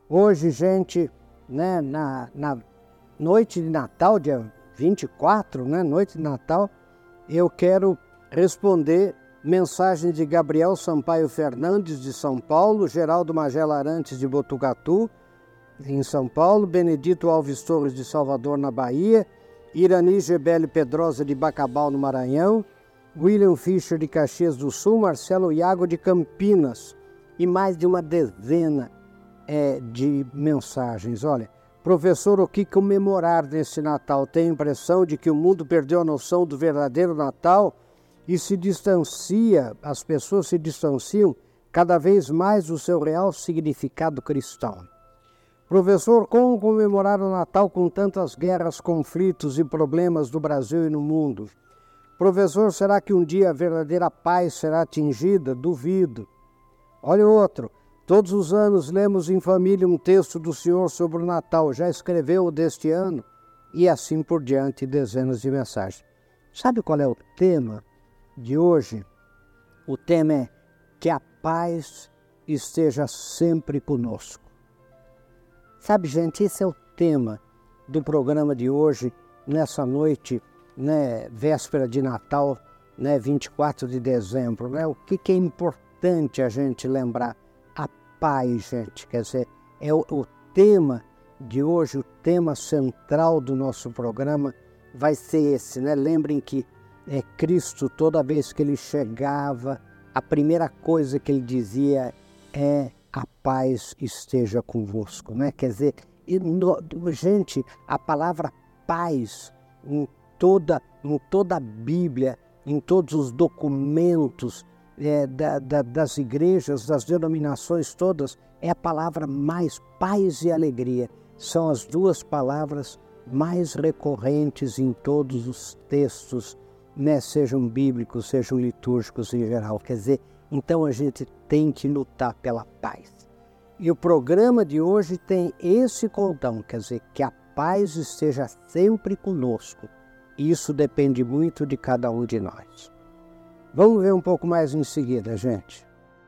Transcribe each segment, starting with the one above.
Hoje, gente, né, na noite de Natal, dia 24, né, noite de Natal, eu quero responder mensagem de Gabriel Sampaio Fernandes, de São Paulo, Geraldo Magela Arantes, de Botucatu, em São Paulo, Benedito Alves Torres, de Salvador, na Bahia, Irani Gebele Pedrosa, de Bacabal, no Maranhão, William Fischer, de Caxias do Sul, Marcelo Iago, de Campinas, e mais de uma dezena de mensagens. Olha, professor, o que comemorar nesse Natal? Tenho a impressão de que o mundo perdeu a noção do verdadeiro Natal e se distancia, as pessoas se distanciam cada vez mais do seu real significado cristão. Professor, como comemorar o Natal com tantas guerras, conflitos e problemas do Brasil e no mundo? Professor, será que um dia a verdadeira paz será atingida? Duvido. Olha outro. Todos os anos lemos em família um texto do Senhor sobre o Natal. Já escreveu o deste ano? E assim por diante, dezenas de mensagens. Sabe qual é o tema de hoje? O tema é que a paz esteja sempre conosco. Sabe, gente, esse é o tema do programa de hoje, nessa noite, né, véspera de Natal, né, 24 de dezembro. Né? O que é importante a gente lembrar? A paz, gente. Quer dizer, é o tema de hoje, o tema central do nosso programa vai ser esse, né? Lembrem que Cristo, toda vez que ele chegava, a primeira coisa que ele dizia é: a paz esteja convosco, né? Quer dizer, gente, a palavra paz em toda a Bíblia, em todos os documentos das igrejas, das denominações todas, é a palavra mais paz e alegria. São as duas palavras mais recorrentes em todos os textos, né? Sejam bíblicos, sejam litúrgicos em geral. Quer dizer, então a gente tem que lutar pela paz. E o programa de hoje tem esse condão, quer dizer, que a paz esteja sempre conosco. Isso depende muito de cada um de nós. Vamos ver um pouco mais em seguida, gente.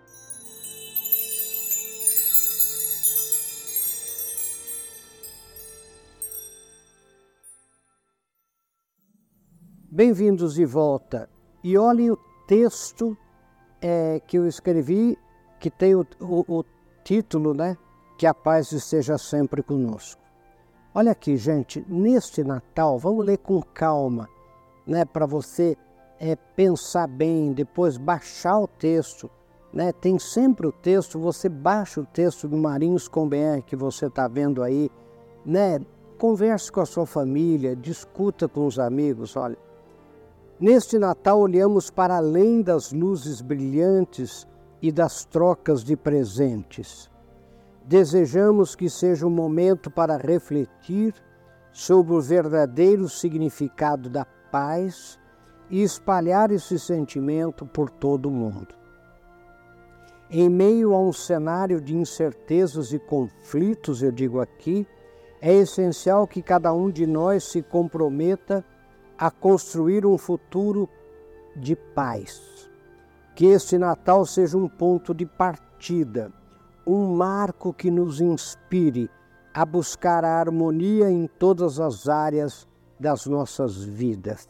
Bem-vindos de volta. E olhem o texto que eu escrevi, que tem o título, né? Que a paz esteja sempre conosco. Olha aqui, gente, neste Natal, vamos ler com calma, né? Para você pensar bem, depois baixar o texto, né? Tem sempre o texto, você baixa o texto do Marinhos com BR que você está vendo aí, né? Converse com a sua família, discuta com os amigos, olha. Neste Natal olhamos para além das luzes brilhantes e das trocas de presentes. Desejamos que seja um momento para refletir sobre o verdadeiro significado da paz e espalhar esse sentimento por todo o mundo. Em meio a um cenário de incertezas e conflitos, eu digo aqui, é essencial que cada um de nós se comprometa a construir um futuro de paz. Que este Natal seja um ponto de partida, um marco que nos inspire a buscar a harmonia em todas as áreas das nossas vidas.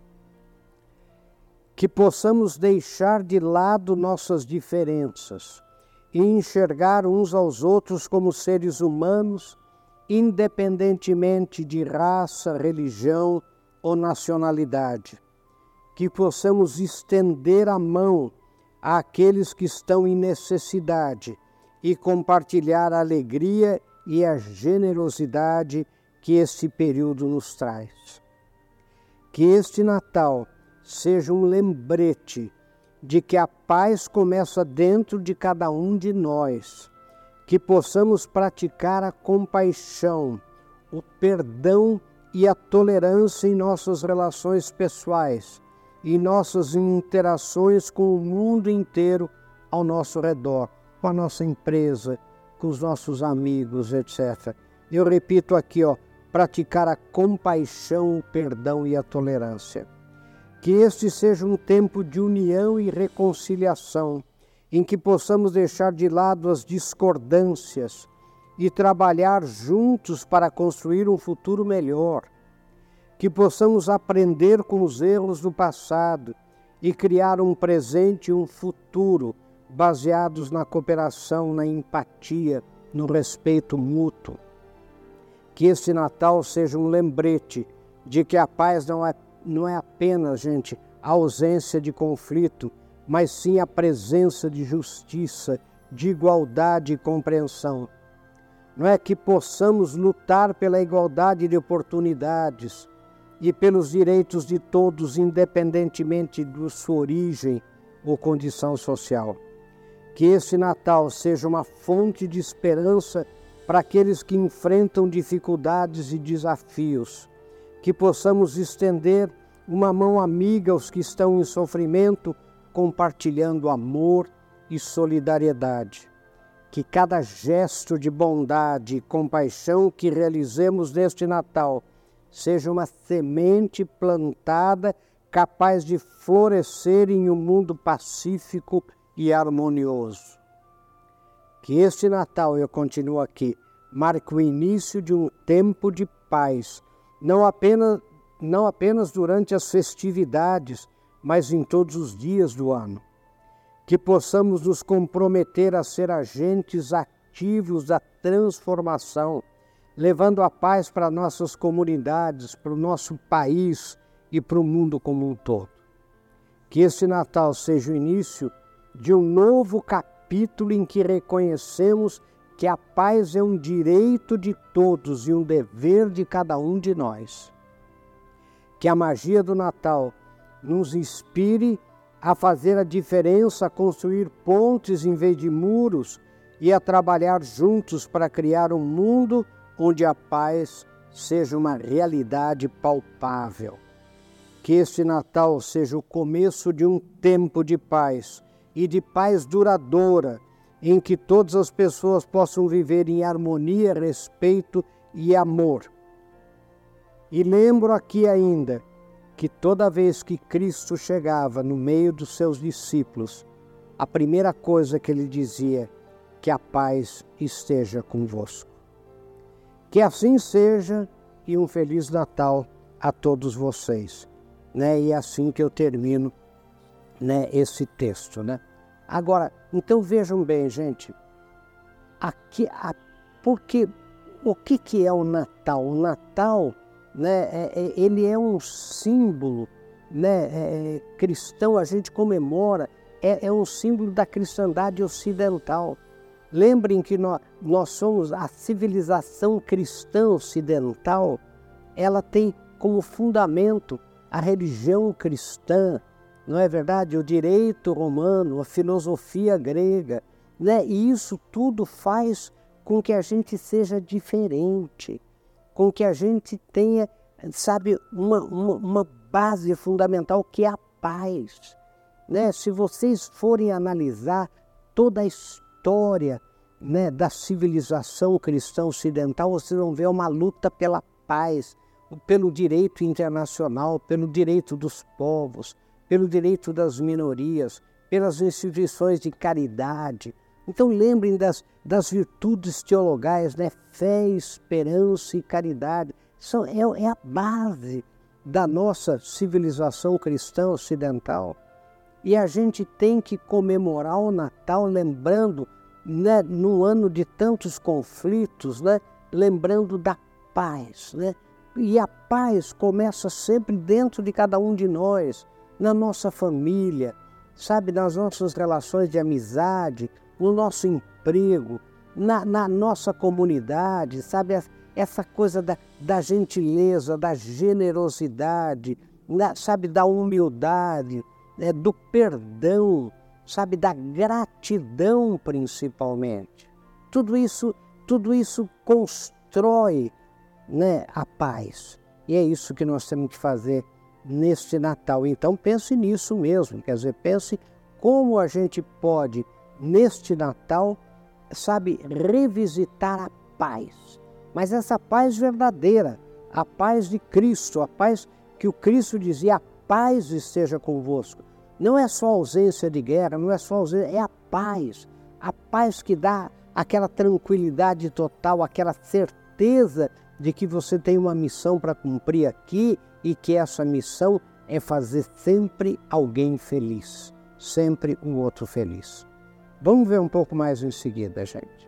Que possamos deixar de lado nossas diferenças e enxergar uns aos outros como seres humanos, independentemente de raça, religião ou nacionalidade. Que possamos estender a mão àqueles que estão em necessidade e compartilhar a alegria e a generosidade que este período nos traz. Que este Natal seja um lembrete de que a paz começa dentro de cada um de nós, que possamos praticar a compaixão, o perdão e a tolerância em nossas relações pessoais e nossas interações com o mundo inteiro ao nosso redor, com a nossa empresa, com os nossos amigos, etc. Eu repito aqui, praticar a compaixão, o perdão e a tolerância. Que este seja um tempo de união e reconciliação, em que possamos deixar de lado as discordâncias e trabalhar juntos para construir um futuro melhor. Que possamos aprender com os erros do passado e criar um presente e um futuro baseados na cooperação, na empatia, no respeito mútuo. Que este Natal seja um lembrete de que a paz não é apenas, gente, a ausência de conflito, mas sim a presença de justiça, de igualdade e compreensão. Não é que possamos lutar pela igualdade de oportunidades e pelos direitos de todos, independentemente de sua origem ou condição social. Que este Natal seja uma fonte de esperança para aqueles que enfrentam dificuldades e desafios. Que possamos estender uma mão amiga aos que estão em sofrimento, compartilhando amor e solidariedade. Que cada gesto de bondade e compaixão que realizemos neste Natal seja uma semente plantada capaz de florescer em um mundo pacífico e harmonioso. Que este Natal, eu continuo aqui, marque o início de um tempo de paz, não apenas durante as festividades, mas em todos os dias do ano. Que possamos nos comprometer a ser agentes ativos da transformação, levando a paz para nossas comunidades, para o nosso país e para o mundo como um todo. Que este Natal seja o início de um novo capítulo em que reconhecemos que a paz é um direito de todos e um dever de cada um de nós. Que a magia do Natal nos inspire a fazer a diferença, a construir pontes em vez de muros e a trabalhar juntos para criar um mundo onde a paz seja uma realidade palpável. Que este Natal seja o começo de um tempo de paz e de paz duradoura, em que todas as pessoas possam viver em harmonia, respeito e amor. E lembro aqui ainda que toda vez que Cristo chegava no meio dos seus discípulos, a primeira coisa que ele dizia, que a paz esteja convosco. Que assim seja e um Feliz Natal a todos vocês. E é assim que eu termino esse texto. Agora, então vejam bem, gente, porque o que é o Natal? O Natal, ele é um símbolo cristão, a gente comemora, é um símbolo da cristandade ocidental. Lembrem que nós somos a civilização cristã ocidental, ela tem como fundamento a religião cristã, não é verdade? O direito romano, a filosofia grega, E isso tudo faz com que a gente seja diferente, com que a gente tenha, uma base fundamental que é a paz. Se vocês forem analisar toda a história da civilização cristã ocidental, vocês vão ver uma luta pela paz, pelo direito internacional, pelo direito dos povos, pelo direito das minorias, pelas instituições de caridade. Então lembrem das virtudes teologais, fé, esperança e caridade. É a base da nossa civilização cristã ocidental. E a gente tem que comemorar o Natal lembrando, num ano de tantos conflitos, lembrando da paz. E a paz começa sempre dentro de cada um de nós, na nossa família, nas nossas relações de amizade, no nosso emprego, na nossa comunidade, essa coisa da gentileza, da generosidade, da humildade, do perdão, da gratidão principalmente. Tudo isso constrói a paz. E é isso que nós temos que fazer neste Natal. Então pense nisso mesmo, pense como a gente pode, neste Natal, revisitar a paz. Mas essa paz verdadeira, a paz de Cristo, a paz que o Cristo dizia, a paz esteja convosco. Não é só ausência de guerra, não é só ausência, é a paz que dá aquela tranquilidade total, aquela certeza de que você tem uma missão para cumprir aqui e que essa missão é fazer sempre alguém feliz, sempre um outro feliz. Vamos ver um pouco mais em seguida, gente.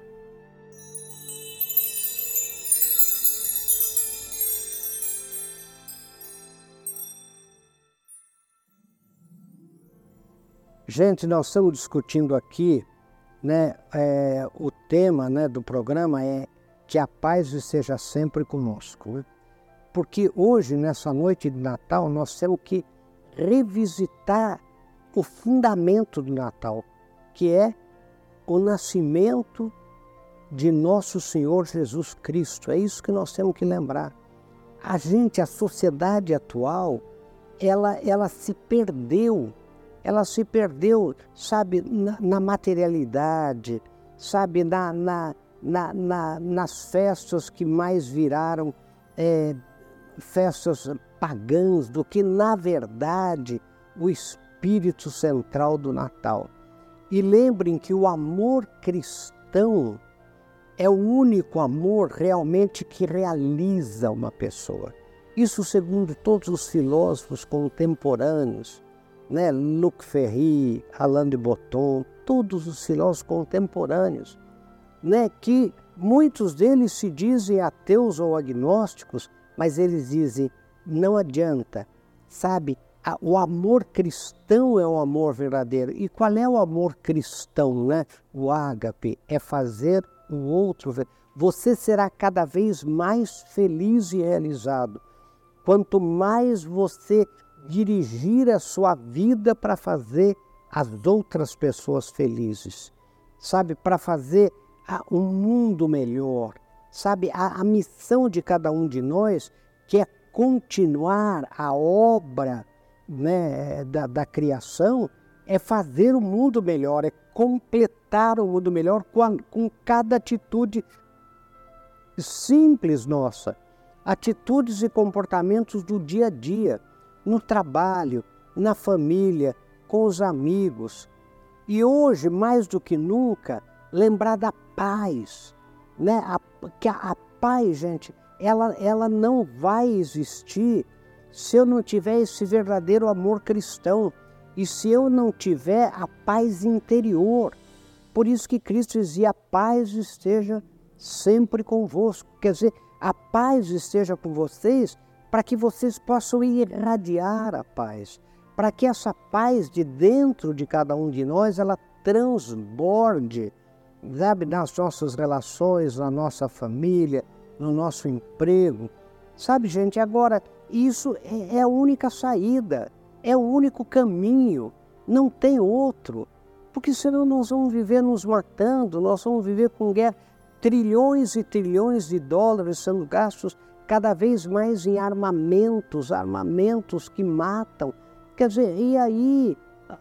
Gente, nós estamos discutindo aqui, né, o tema, né, do programa é que a paz esteja sempre conosco, né? Porque hoje, nessa noite de Natal, nós temos que revisitar o fundamento do Natal, que é o nascimento de nosso Senhor Jesus Cristo. É isso que nós temos que lembrar. A sociedade atual, ela se perdeu. Ela se perdeu, sabe, na materialidade, sabe, nas festas que mais viraram festas pagãs do que, na verdade, o espírito central do Natal. E lembrem que o amor cristão é o único amor realmente que realiza uma pessoa. Isso segundo todos os filósofos contemporâneos, né? Luc Ferry, Alain de Botton, todos os filósofos contemporâneos, né? Que muitos deles se dizem ateus ou agnósticos, mas eles dizem, não adianta, sabe? O amor cristão é o amor verdadeiro. E qual é o amor cristão, né? O ágape é fazer o outro. Você será cada vez mais feliz e realizado quanto mais você dirigir a sua vida para fazer as outras pessoas felizes, sabe? Para fazer um mundo melhor, sabe? A missão de cada um de nós, que é continuar a obra, né, da criação, é fazer o mundo melhor, é completar o mundo melhor com cada atitude simples nossa, atitudes e comportamentos do dia a dia, no trabalho, na família, com os amigos. E hoje, mais do que nunca, lembrar da paz, né? Que a paz, gente, ela não vai existir se eu não tiver esse verdadeiro amor cristão e se eu não tiver a paz interior. Por isso que Cristo dizia, a paz esteja sempre convosco. Quer dizer, a paz esteja com vocês para que vocês possam irradiar a paz, para que essa paz de dentro de cada um de nós, ela transborde, sabe, nas nossas relações, na nossa família, no nosso emprego. Sabe, gente, agora, isso é a única saída, é o único caminho, não tem outro, porque senão nós vamos viver nos matando, nós vamos viver com guerra, trilhões e trilhões de dólares sendo gastos cada vez mais em armamentos que matam. Quer dizer, e aí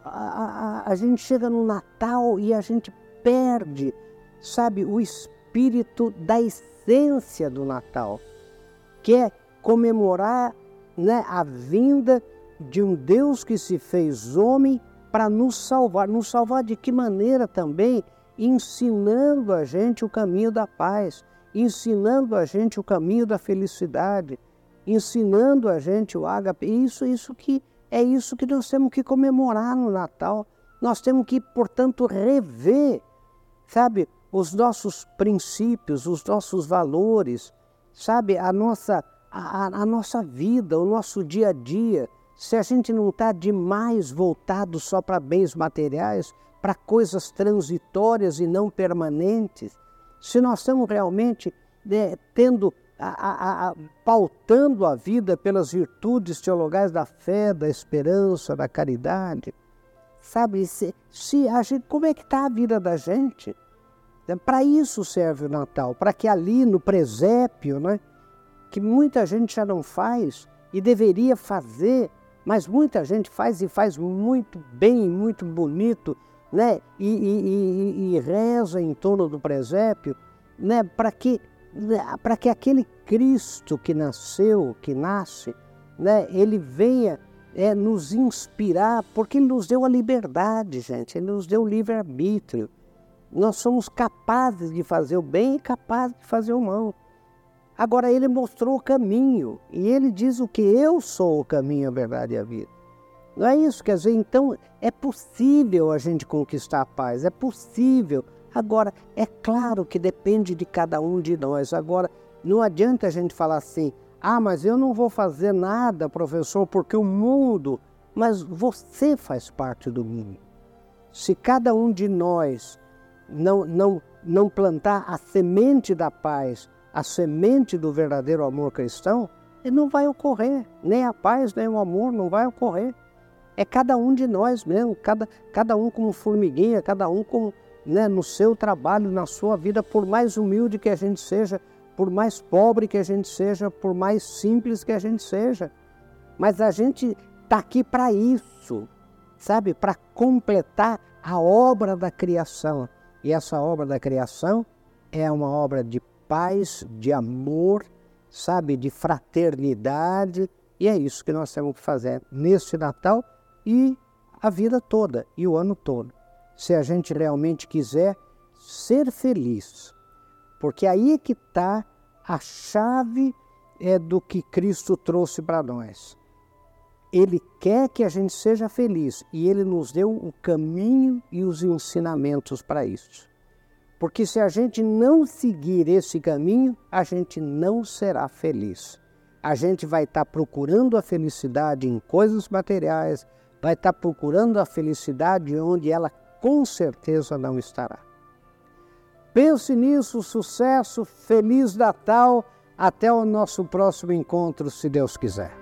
a gente chega no Natal e a gente perde, sabe, o espírito da essência do Natal, que é comemorar, né, a vinda de um Deus que se fez homem para nos salvar. Nos salvar de que maneira também? Ensinando a gente o caminho da paz, ensinando a gente o caminho da felicidade, ensinando a gente o ágape. Isso que nós temos que comemorar no Natal. Nós temos que, portanto, rever, sabe, os nossos princípios, os nossos valores, sabe, a nossa vida, o nosso dia a dia. Se a gente não está demais voltado só para bens materiais, para coisas transitórias e não permanentes, se nós estamos realmente pautando a vida pelas virtudes teologais da fé, da esperança, da caridade, sabe, como é que está a vida da gente? Para isso serve o Natal, para que ali no presépio, né, que muita gente já não faz e deveria fazer, mas muita gente faz e faz muito bem, muito bonito, né? E reza em torno do presépio, né? Para que aquele Cristo que nasceu, que nasce, né? Ele venha nos inspirar, porque Ele nos deu a liberdade, gente, Ele nos deu o livre-arbítrio. Nós somos capazes de fazer o bem e capazes de fazer o mal. Agora ele mostrou o caminho e ele diz o que eu sou o caminho, a verdade e a vida. Não é isso? Quer dizer, então é possível a gente conquistar a paz, é possível. Agora, é claro que depende de cada um de nós. Agora, não adianta a gente falar assim, mas eu não vou fazer nada, professor, porque o mundo... Mas você faz parte do mundo. Se cada um de nós não plantar a semente da paz, a semente do verdadeiro amor cristão, ele não vai ocorrer. Nem a paz, nem o amor não vai ocorrer. É cada um de nós mesmo, cada um como formiguinha, cada um como, no seu trabalho, na sua vida, por mais humilde que a gente seja, por mais pobre que a gente seja, por mais simples que a gente seja. Mas a gente está aqui para isso, sabe? Para completar a obra da criação. E essa obra da criação é uma obra de paz, de amor, sabe? De fraternidade. E é isso que nós temos que fazer neste Natal e a vida toda, e o ano todo. Se a gente realmente quiser ser feliz. Porque aí é que está a chave do que Cristo trouxe para nós. Ele quer que a gente seja feliz e Ele nos deu o caminho e os ensinamentos para isso. Porque se a gente não seguir esse caminho, a gente não será feliz. A gente vai estar procurando a felicidade em coisas materiais, vai estar procurando a felicidade onde ela com certeza não estará. Pense nisso, sucesso, Feliz Natal, até o nosso próximo encontro, se Deus quiser.